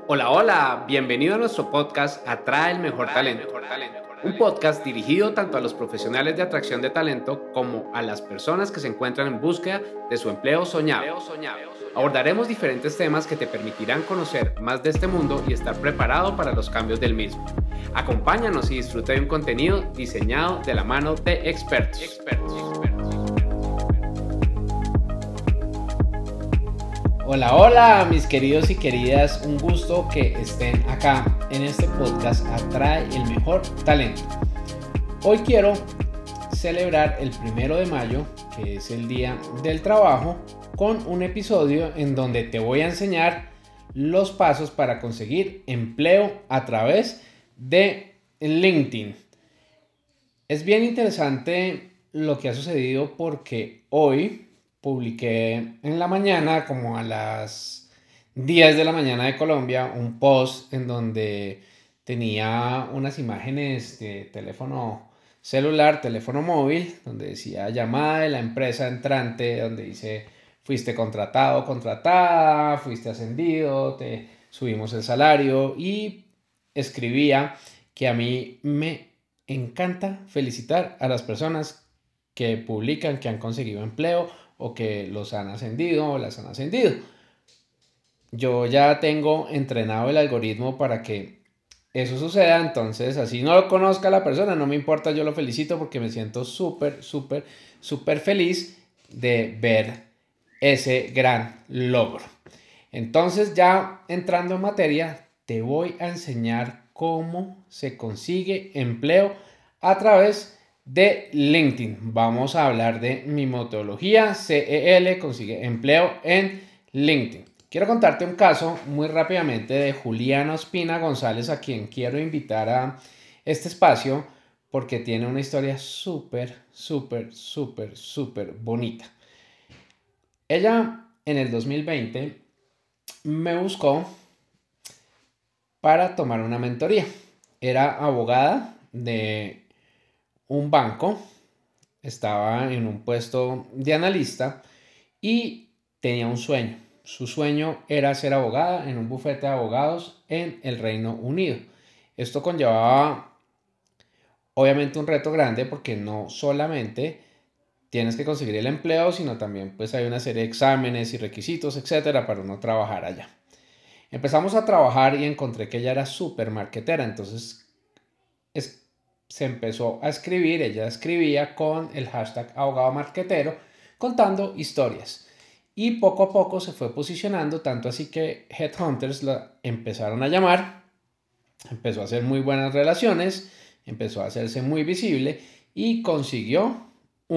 Hola, hola, bienvenido a nuestro podcast Atrae el Mejor Talento. Un podcast dirigido tanto a los profesionales de atracción de talento como a las personas que se encuentran en búsqueda de su empleo soñado. Abordaremos diferentes temas que te permitirán conocer más de este mundo y estar preparado para los cambios del mismo. Acompáñanos y disfruta de un contenido diseñado de la mano de expertos. Hola, hola, mis queridos y queridas, un gusto que estén acá en este podcast Atrae el Mejor Talento. Hoy quiero celebrar el 1 de mayo, que es el Día del Trabajo, con un episodio en donde te voy a enseñar los pasos para conseguir empleo a través de LinkedIn. Es bien interesante lo que ha sucedido porque hoy publiqué en la mañana, como a las 10 de la mañana de Colombia, un post en donde tenía unas imágenes de teléfono celular, teléfono móvil, donde decía llamada de la empresa entrante, donde dice fuiste contratado, contratada, fuiste ascendido, te subimos el salario y escribía que a mí me encanta felicitar a las personas que publican que han conseguido empleo o que los han ascendido o las han ascendido. Yo ya tengo entrenado el algoritmo para que eso suceda, entonces así no lo conozca la persona, no me importa, yo lo felicito porque me siento súper feliz de ver ese gran logro. Entonces, ya entrando en materia, te voy a enseñar cómo se consigue empleo a través de LinkedIn. Vamos a hablar de mi metodología CEL, consigue empleo en LinkedIn. Quiero contarte un caso muy rápidamente de Juliana Ospina González, a quien quiero invitar a este espacio porque tiene una historia súper bonita. Ella en el 2020 me buscó para tomar una mentoría. Era abogada de un banco, estaba en un puesto de analista y tenía un sueño. Su sueño era ser abogada en un bufete de abogados en el Reino Unido. Esto conllevaba obviamente un reto grande porque no solamente tienes que conseguir el empleo, sino también pues hay una serie de exámenes y requisitos, etcétera, para uno trabajar allá. Empezamos a trabajar y encontré que ella era súper marketera, entonces se empezó a escribir, ella escribía con el hashtag abogado marketero, contando historias. Y poco a poco se fue posicionando, tanto así que headhunters la empezaron a llamar, empezó a hacer muy buenas relaciones, empezó a hacerse muy visible y consiguió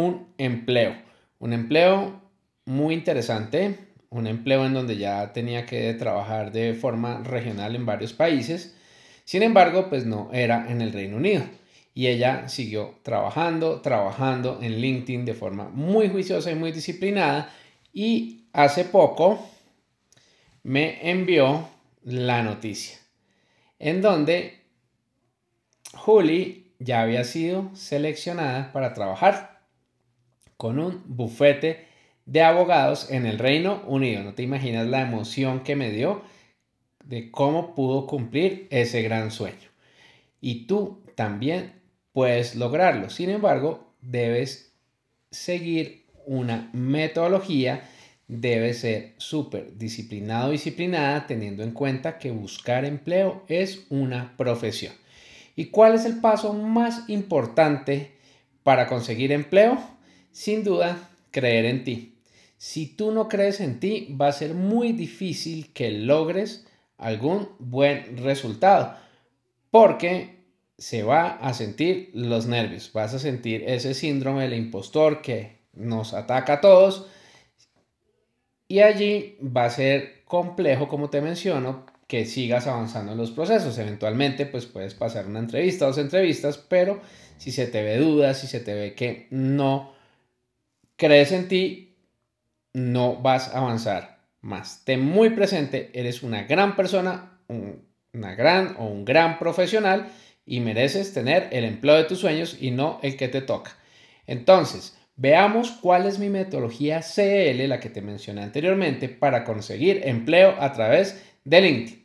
un empleo muy interesante, un empleo en donde ya tenía que trabajar de forma regional en varios países. Sin embargo, pues no era en el Reino Unido. Y ella siguió trabajando en LinkedIn de forma muy juiciosa y muy disciplinada. Y hace poco me envió la noticia en donde Julie ya había sido seleccionada para trabajar con un bufete de abogados en el Reino Unido. No te imaginas la emoción que me dio de cómo pudo cumplir ese gran sueño. Y tú también puedes lograrlo. Sin embargo, debes seguir una metodología, debes ser súper disciplinado, disciplinada, teniendo en cuenta que buscar empleo es una profesión. ¿Y cuál es el paso más importante para conseguir empleo? Sin duda, creer en ti. Si tú no crees en ti, va a ser muy difícil que logres algún buen resultado, porque se va a sentir los nervios, vas a sentir ese síndrome del impostor que nos ataca a todos y allí va a ser complejo, como te menciono, que sigas avanzando en los procesos. Eventualmente, pues puedes pasar una entrevista, dos entrevistas, pero si se te ve dudas, si se te ve que no crees en ti, no vas a avanzar más. Ten muy presente, eres una gran persona, una gran o un gran profesional y mereces tener el empleo de tus sueños y no el que te toca. Entonces, veamos cuál es mi metodología CL, la que te mencioné anteriormente, para conseguir empleo a través de LinkedIn.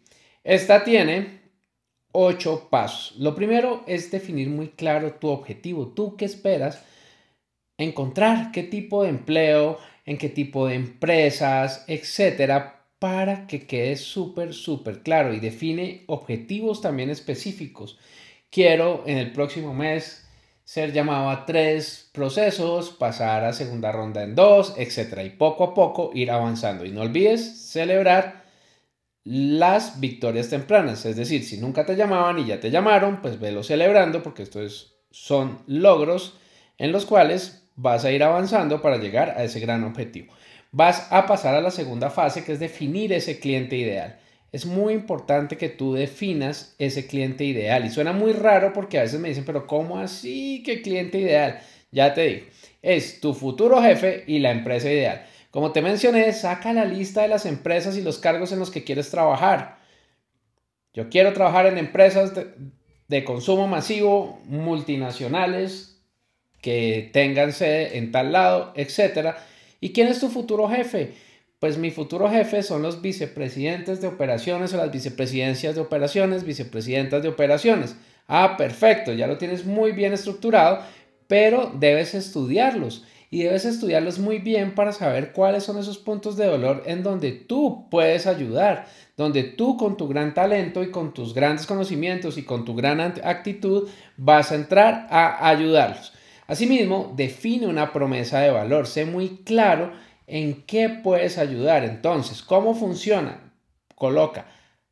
Esta tiene 8 pasos. Lo primero es definir muy claro tu objetivo. ¿Tú qué esperas encontrar? ¿Qué tipo de empleo? ¿En qué tipo de empresas? Etcétera, para que quede súper claro y define objetivos también específicos. Quiero en el próximo mes ser llamado a 3 procesos, pasar a segunda ronda en 2, etcétera, y poco a poco ir avanzando. Y no olvides celebrar las victorias tempranas, es decir, si nunca te llamaban y ya te llamaron, pues velo celebrando porque son logros en los cuales vas a ir avanzando para llegar a ese gran objetivo. Vas a pasar a la segunda fase, que es definir ese cliente ideal. Es muy importante que tú definas ese cliente ideal y suena muy raro porque a veces me dicen, pero ¿cómo así que cliente ideal? Ya te digo, es tu futuro jefe y la empresa ideal. Como te mencioné, saca la lista de las empresas y los cargos en los que quieres trabajar. Yo quiero trabajar en empresas de consumo masivo, multinacionales, que tengan sede en tal lado, etcétera. ¿Y quién es tu futuro jefe? Pues mi futuro jefe son los vicepresidentes de operaciones o las vicepresidencias de operaciones, vicepresidentas de operaciones. Ah, perfecto, ya lo tienes muy bien estructurado, pero debes estudiarlos y debes estudiarlos muy bien para saber cuáles son esos puntos de dolor en donde tú puedes ayudar, donde tú con tu gran talento y con tus grandes conocimientos y con tu gran actitud vas a entrar a ayudarlos. Asimismo, define una promesa de valor, sé muy claro en qué puedes ayudar. Entonces, ¿cómo funciona? Coloca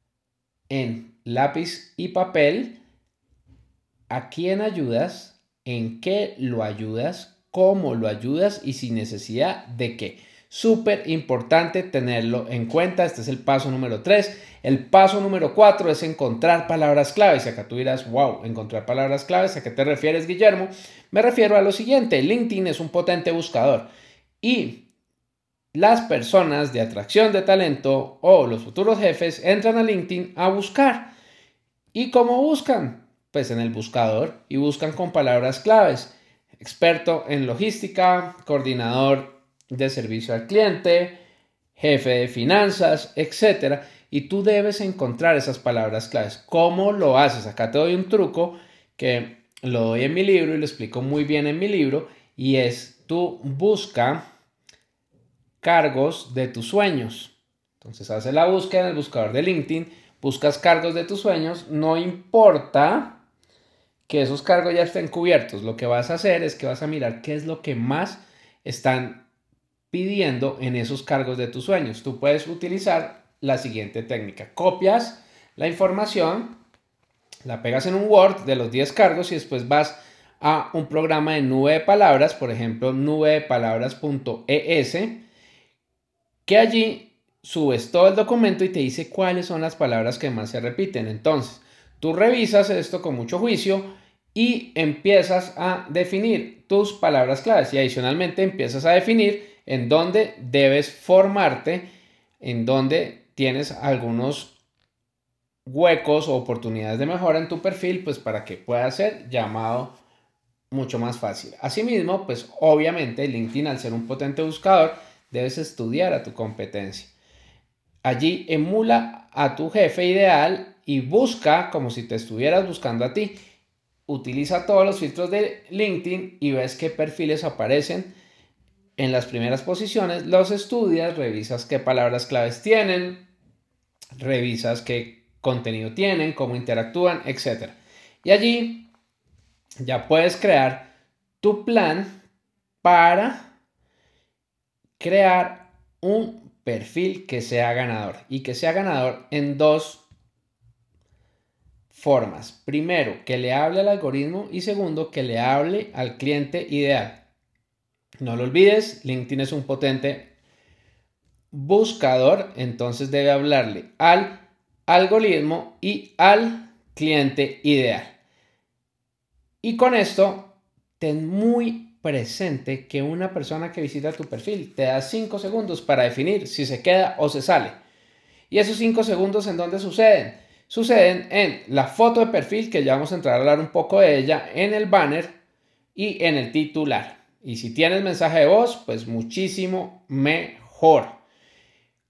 en lápiz y papel a quién ayudas, en qué lo ayudas, cómo lo ayudas y sin necesidad de qué. Súper importante tenerlo en cuenta. Este es el paso número 3. El paso número 4 es encontrar palabras claves. Y acá tú dirás, wow, encontrar palabras claves. ¿A qué te refieres, Guillermo? Me refiero a lo siguiente. LinkedIn es un potente buscador y las personas de atracción de talento o los futuros jefes entran a LinkedIn a buscar. ¿Y cómo buscan? Pues en el buscador y buscan con palabras claves. Experto en logística, coordinador de servicio al cliente, jefe de finanzas, etcétera. Y tú debes encontrar esas palabras claves. ¿Cómo lo haces? Acá te doy un truco que lo doy en mi libro y lo explico muy bien en mi libro. Y es, tú busca cargos de tus sueños. Entonces haces la búsqueda en el buscador de LinkedIn, buscas cargos de tus sueños, no importa que esos cargos ya estén cubiertos. Lo que vas a hacer es que vas a mirar qué es lo que más están pidiendo en esos cargos de tus sueños. Tú puedes utilizar la siguiente técnica. Copias la información, la pegas en un Word de los 10 cargos y después vas a un programa de nube de palabras, por ejemplo, nubedepalabras.es, que allí subes todo el documento y te dice cuáles son las palabras que más se repiten. Entonces, tú revisas esto con mucho juicio y empiezas a definir tus palabras claves y adicionalmente empiezas a definir en dónde debes formarte, en dónde tienes algunos huecos o oportunidades de mejora en tu perfil, pues para que pueda ser llamado mucho más fácil. Asimismo, pues obviamente LinkedIn, al ser un potente buscador, debes estudiar a tu competencia. Allí emula a tu jefe ideal y busca como si te estuvieras buscando a ti. Utiliza todos los filtros de LinkedIn y ves qué perfiles aparecen en las primeras posiciones, los estudias, revisas qué palabras claves tienen, revisas qué contenido tienen, cómo interactúan, etc. Y allí ya puedes crear tu plan para crear un perfil que sea ganador y que sea ganador en dos formas. Primero, que le hable al algoritmo y segundo, que le hable al cliente ideal. No lo olvides, LinkedIn es un potente buscador, entonces debe hablarle al algoritmo y al cliente ideal. Y con esto, ten muy presente que una persona que visita tu perfil te da 5 segundos para definir si se queda o se sale. Y esos 5 segundos, ¿en dónde suceden? Suceden en la foto de perfil, que ya vamos a entrar a hablar un poco de ella, en el banner y en el titular. Y si tienes mensaje de voz, pues muchísimo mejor.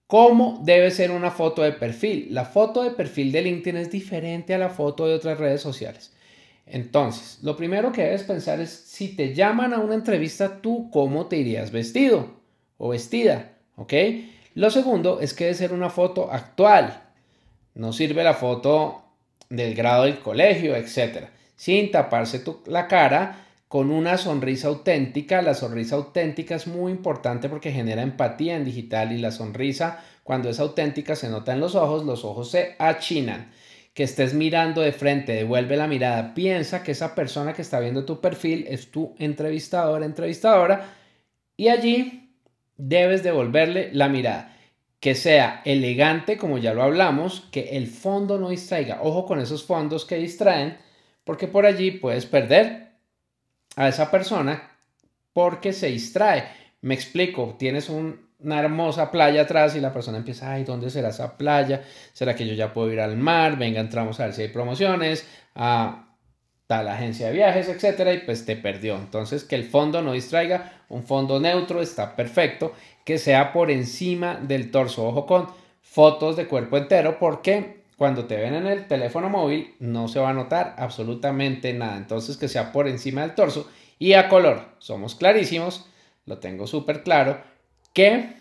¿Cómo debe ser una foto de perfil? La foto de perfil de LinkedIn es diferente a la foto de otras redes sociales. Entonces, lo primero que debes pensar es si te llaman a una entrevista, tú cómo te irías vestido o vestida, ¿ok? Lo segundo es que debe ser una foto actual. No sirve la foto del grado del colegio, etcétera, sin taparse la cara, con una sonrisa auténtica. La sonrisa auténtica es muy importante porque genera empatía en digital, y la sonrisa, cuando es auténtica, se nota en los ojos se achinan. Que estés mirando de frente, devuelve la mirada, piensa que esa persona que está viendo tu perfil es tu entrevistador, entrevistadora, y allí debes devolverle la mirada. Que sea elegante, como ya lo hablamos, que el fondo no distraiga. Ojo con esos fondos que distraen, porque por allí puedes perder a esa persona porque se distrae. Me explico, tienes una hermosa playa atrás y la persona empieza, ay, ¿dónde será esa playa? ¿Será que yo ya puedo ir al mar? Venga, entramos a ver si hay promociones, a tal agencia de viajes, etcétera, y pues te perdió. Entonces, que el fondo no distraiga, un fondo neutro está perfecto, que sea por encima del torso. Ojo con fotos de cuerpo entero, porque cuando te ven en el teléfono móvil no se va a notar absolutamente nada. Entonces, que sea por encima del torso y a color. Somos clarísimos, lo tengo súper claro, que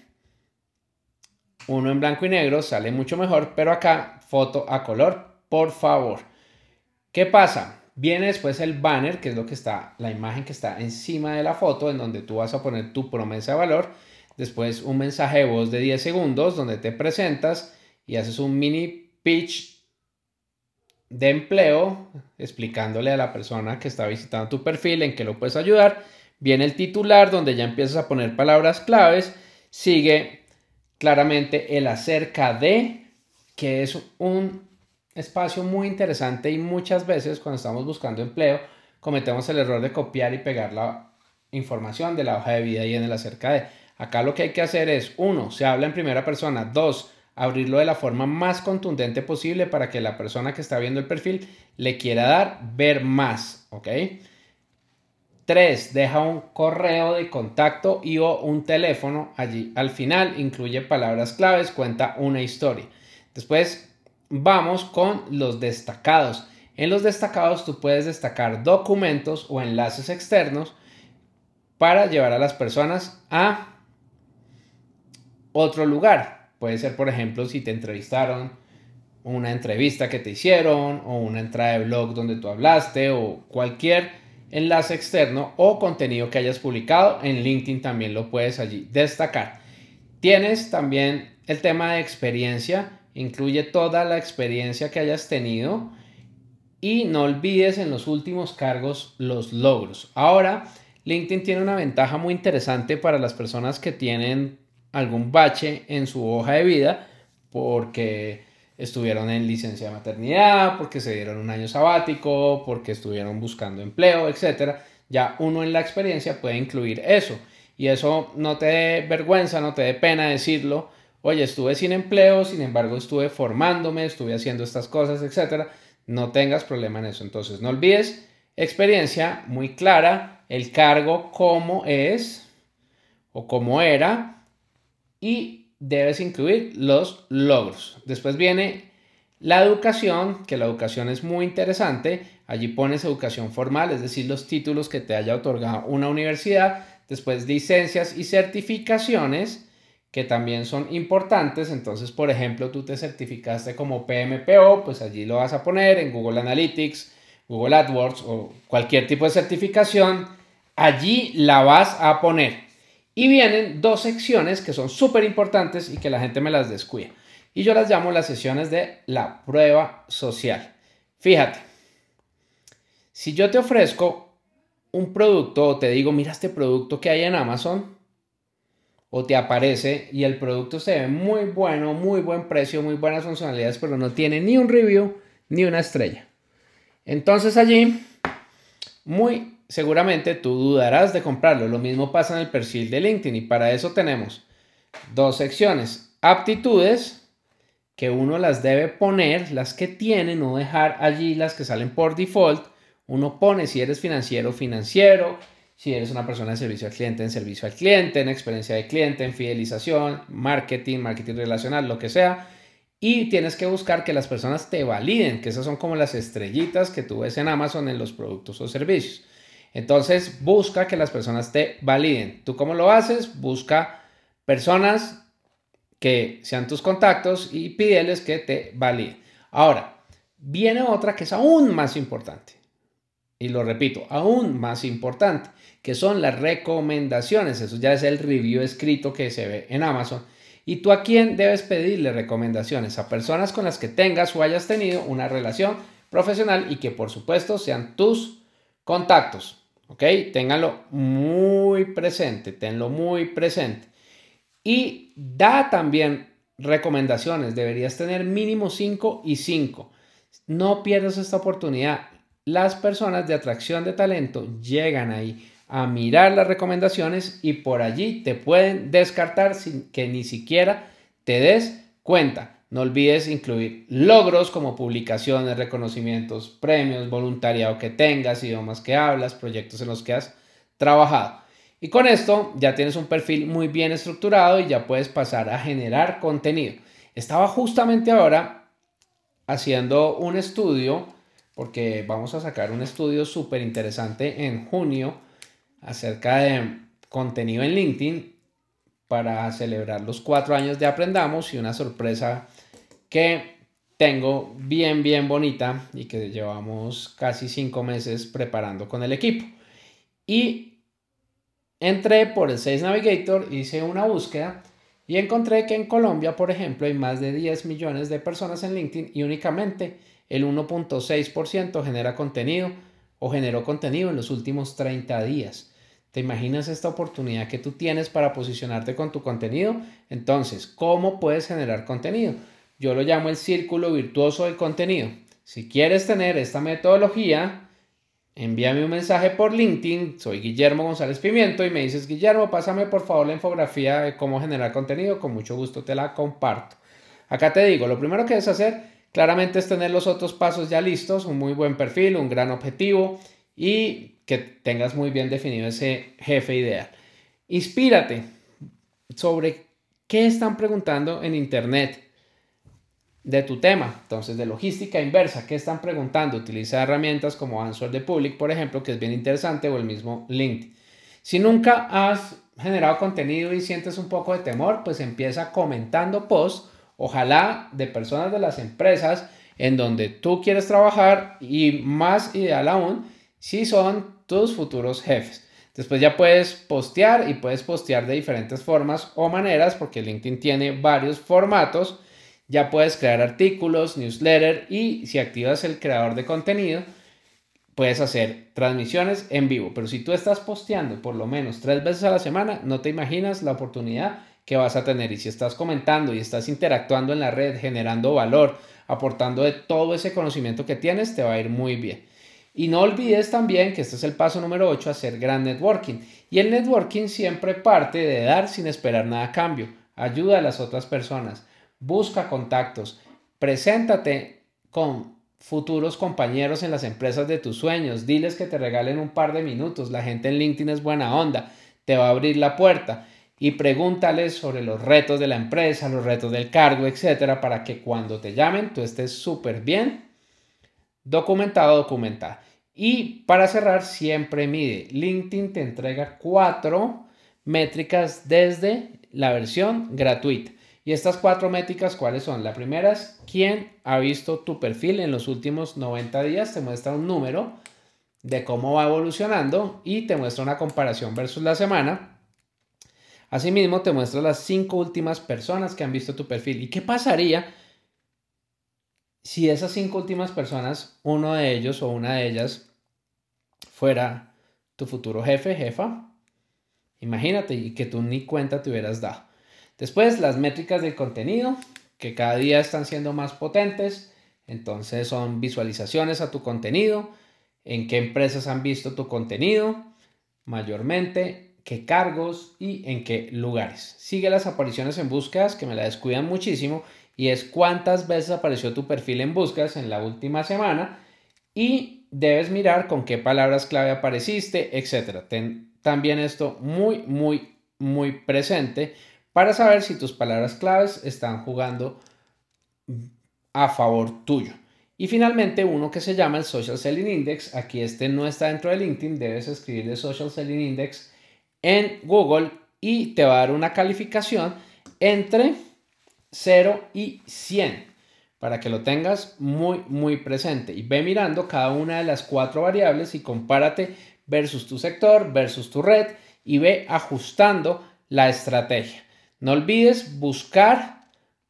uno en blanco y negro sale mucho mejor, pero acá foto a color, por favor. ¿Qué pasa? Viene después el banner, que es lo que está, la imagen que está encima de la foto, en donde tú vas a poner tu promesa de valor. Después un mensaje de voz de 10 segundos donde te presentas y haces un mini pitch de empleo explicándole a la persona que está visitando tu perfil en qué lo puedes ayudar. Viene el titular donde ya empiezas a poner palabras claves. Sigue claramente el acerca de, que es un espacio muy interesante, y muchas veces cuando estamos buscando empleo cometemos el error de copiar y pegar la información de la hoja de vida y en el acerca de. Acá lo que hay que hacer es, 1, se habla en primera persona. 2, abrirlo de la forma más contundente posible para que la persona que está viendo el perfil le quiera dar ver más, ¿ok? 3, deja un correo de contacto y o un teléfono allí al final, incluye palabras claves, cuenta una historia. Después vamos con los destacados. En los destacados tú puedes destacar documentos o enlaces externos para llevar a las personas a otro lugar. Puede ser, por ejemplo, si te entrevistaron, una entrevista que te hicieron, o una entrada de blog donde tú hablaste, o cualquier enlace externo o contenido que hayas publicado en LinkedIn, también lo puedes allí destacar. Tienes también el tema de experiencia, incluye toda la experiencia que hayas tenido, y no olvides en los últimos cargos los logros. Ahora, LinkedIn tiene una ventaja muy interesante para las personas que tienen algún bache en su hoja de vida, porque estuvieron en licencia de maternidad, porque se dieron un año sabático, porque estuvieron buscando empleo, etcétera. Ya uno en la experiencia puede incluir eso, y eso no te dé vergüenza, no te dé pena decirlo. Oye, estuve sin empleo, sin embargo estuve formándome, estuve haciendo estas cosas, etcétera. No tengas problema en eso. Entonces, no olvides experiencia muy clara, el cargo cómo es o cómo era, y debes incluir los logros. Después viene la educación, que la educación es muy interesante. Allí pones educación formal, es decir, los títulos que te haya otorgado una universidad. Después licencias y certificaciones, que también son importantes. Entonces, por ejemplo, tú te certificaste como PMPO, pues allí lo vas a poner en Google Analytics, Google AdWords o cualquier tipo de certificación. Allí la vas a poner. Y vienen 2 secciones que son súper importantes y que la gente me las descuida. Y yo las llamo las sesiones de la prueba social. Fíjate, si yo te ofrezco un producto o te digo, mira este producto que hay en Amazon, o te aparece y el producto se ve muy bueno, muy buen precio, muy buenas funcionalidades, pero no tiene ni un review ni una estrella. Entonces allí, muy seguramente tú dudarás de comprarlo. Lo mismo pasa en el perfil de LinkedIn, y para eso tenemos 2 secciones. Aptitudes, que uno las debe poner, las que tiene, no dejar allí las que salen por default. Uno pone si eres financiero, financiero, Si eres una persona de servicio al cliente, en servicio al cliente, en experiencia de cliente, en fidelización, marketing relacional, lo que sea. Y tienes que buscar que las personas te validen, que esas son como las estrellitas que tú ves en Amazon en los productos o servicios. Entonces, busca que las personas te validen. ¿Tú cómo lo haces? Busca personas que sean tus contactos y pídeles que te validen. Ahora, viene otra que es aún más importante. Y lo repito, aún más importante, que son las recomendaciones. Eso ya es el review escrito que se ve en Amazon. ¿Y tú a quién debes pedirle recomendaciones? A personas con las que tengas o hayas tenido una relación profesional y que por supuesto sean tus contactos. ¿Ok? Ténganlo muy presente, tenlo muy presente. Y da también recomendaciones. Deberías tener mínimo 5 y 5. No pierdas esta oportunidad. Las personas de atracción de talento llegan ahí a mirar las recomendaciones y por allí te pueden descartar sin que ni siquiera te des cuenta. No olvides incluir logros como publicaciones, reconocimientos, premios, voluntariado que tengas, idiomas que hablas, proyectos en los que has trabajado. Y con esto ya tienes un perfil muy bien estructurado y ya puedes pasar a generar contenido. Estaba justamente ahora haciendo un estudio, porque vamos a sacar un estudio súper interesante en junio acerca de contenido en LinkedIn para celebrar los 4 años de Aprendamos y una sorpresa que tengo bien bonita y que llevamos casi 5 meses preparando con el equipo. Y entré por el Sales Navigator, hice una búsqueda y encontré que en Colombia, por ejemplo, hay más de 10 millones de personas en LinkedIn y únicamente el 1.6% genera contenido o generó contenido en los últimos 30 días. ¿Te imaginas esta oportunidad que tú tienes para posicionarte con tu contenido? Entonces, ¿cómo puedes generar contenido? Yo lo llamo el círculo virtuoso del contenido. Si quieres tener esta metodología, envíame un mensaje por LinkedIn, soy Guillermo González Pimiento y me dices, Guillermo, pásame por favor la infografía de cómo generar contenido, con mucho gusto te la comparto. Acá te digo, lo primero que debes hacer claramente es tener los otros pasos ya listos, un muy buen perfil, un gran objetivo y que tengas muy bien definido ese jefe ideal. Inspírate sobre qué están preguntando en internet de tu tema, entonces de logística inversa, ¿qué están preguntando? Utiliza herramientas como Answer the Public, por ejemplo, que es bien interesante, o el mismo LinkedIn. Si nunca has generado contenido y sientes un poco de temor, pues empieza comentando posts, ojalá de personas de las empresas en donde tú quieres trabajar y más ideal aún, si son tus futuros jefes. Después ya puedes postear y puedes postear de diferentes formas o maneras porque LinkedIn tiene varios formatos. Ya puedes crear artículos, newsletter y si activas el creador de contenido, puedes hacer transmisiones en vivo. Pero si tú estás posteando por lo menos 3 veces a la semana, no te imaginas la oportunidad que vas a tener. Y si estás comentando y estás interactuando en la red, generando valor, aportando de todo ese conocimiento que tienes, te va a ir muy bien. Y no olvides también que este es el paso número 8, hacer gran networking. Y el networking siempre parte de dar sin esperar nada a cambio. Ayuda a las otras personas. Busca contactos, preséntate con futuros compañeros en las empresas de tus sueños, diles que te regalen un par de minutos, la gente en LinkedIn es buena onda, te va a abrir la puerta y pregúntales sobre los retos de la empresa, los retos del cargo, etcétera, para que cuando te llamen tú estés súper bien documentada. Y para cerrar, siempre mide. LinkedIn te entrega 4 métricas desde la versión gratuita. Y estas 4 métricas, ¿cuáles son? La primera es quién ha visto tu perfil en los últimos 90 días. Te muestra un número de cómo va evolucionando y te muestra una comparación versus la semana. Asimismo, te muestra las 5 últimas personas que han visto tu perfil. ¿Y qué pasaría si esas 5 últimas personas, uno de ellos o una de ellas fuera tu futuro jefe, jefa? Imagínate y que tú ni cuenta te hubieras dado. Después, las métricas del contenido, que cada día están siendo más potentes. Entonces son visualizaciones a tu contenido, en qué empresas han visto tu contenido, mayormente, qué cargos y en qué lugares. Sigue las apariciones en búsquedas, que me la descuidan muchísimo, y es cuántas veces apareció tu perfil en búsquedas en la última semana y debes mirar con qué palabras clave apareciste, etc. Ten también esto muy presente para saber si tus palabras claves están jugando a favor tuyo. Y finalmente uno que se llama el Social Selling Index. Aquí este no está dentro de LinkedIn, debes escribir el Social Selling Index en Google y te va a dar una calificación entre 0 y 100 para que lo tengas muy presente. Y ve mirando cada una de las 4 variables y compárate versus tu sector, versus tu red y ve ajustando la estrategia. No olvides buscar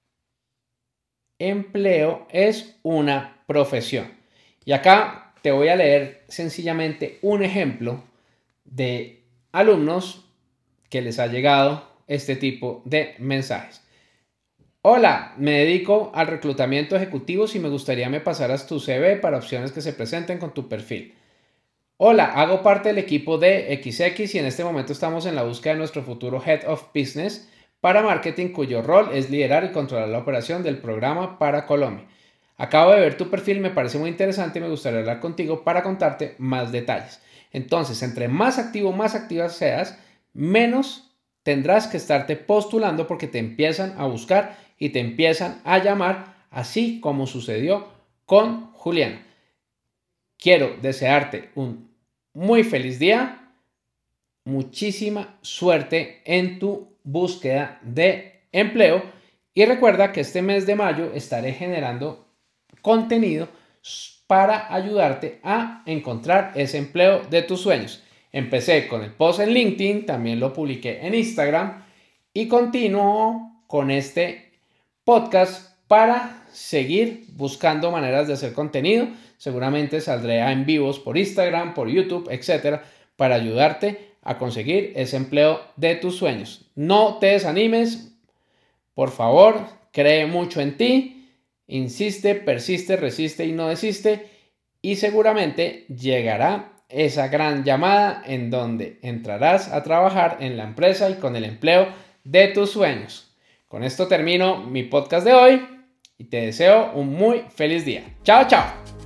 empleo es una profesión. Y acá te voy a leer sencillamente un ejemplo de alumnos que les ha llegado este tipo de mensajes. Hola, me dedico al reclutamiento ejecutivo. Si me gustaría me pasaras tu CV para opciones que se presenten con tu perfil. Hola, hago parte del equipo de XX y en este momento estamos en la búsqueda de nuestro futuro Head of Business para marketing, cuyo rol es liderar y controlar la operación del programa para Colombia. Acabo de ver tu perfil, me parece muy interesante y me gustaría hablar contigo para contarte más detalles. Entonces, entre más activo, más activa seas, menos tendrás que estarte postulando porque te empiezan a buscar y te empiezan a llamar, así como sucedió con Juliana. Quiero desearte un muy feliz día, muchísima suerte en tu búsqueda de empleo y recuerda que este mes de mayo estaré generando contenido para ayudarte a encontrar ese empleo de tus sueños. Empecé con el post en LinkedIn, también lo publiqué en Instagram y continúo con este podcast para seguir buscando maneras de hacer contenido. Seguramente saldré en vivos por Instagram, por YouTube, etcétera, para ayudarte a conseguir ese empleo de tus sueños. No te desanimes, por favor, cree mucho en ti, insiste, persiste, resiste y no desiste y seguramente llegará esa gran llamada en donde entrarás a trabajar en la empresa y con el empleo de tus sueños. Con esto termino mi podcast de hoy y te deseo un muy feliz día. Chao, chao.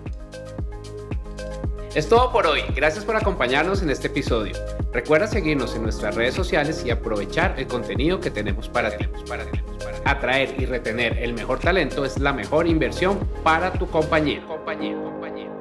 Es todo por hoy. Gracias por acompañarnos en este episodio. Recuerda seguirnos en nuestras redes sociales y aprovechar el contenido que tenemos para ti. Atraer y retener el mejor talento es la mejor inversión para tu compañía.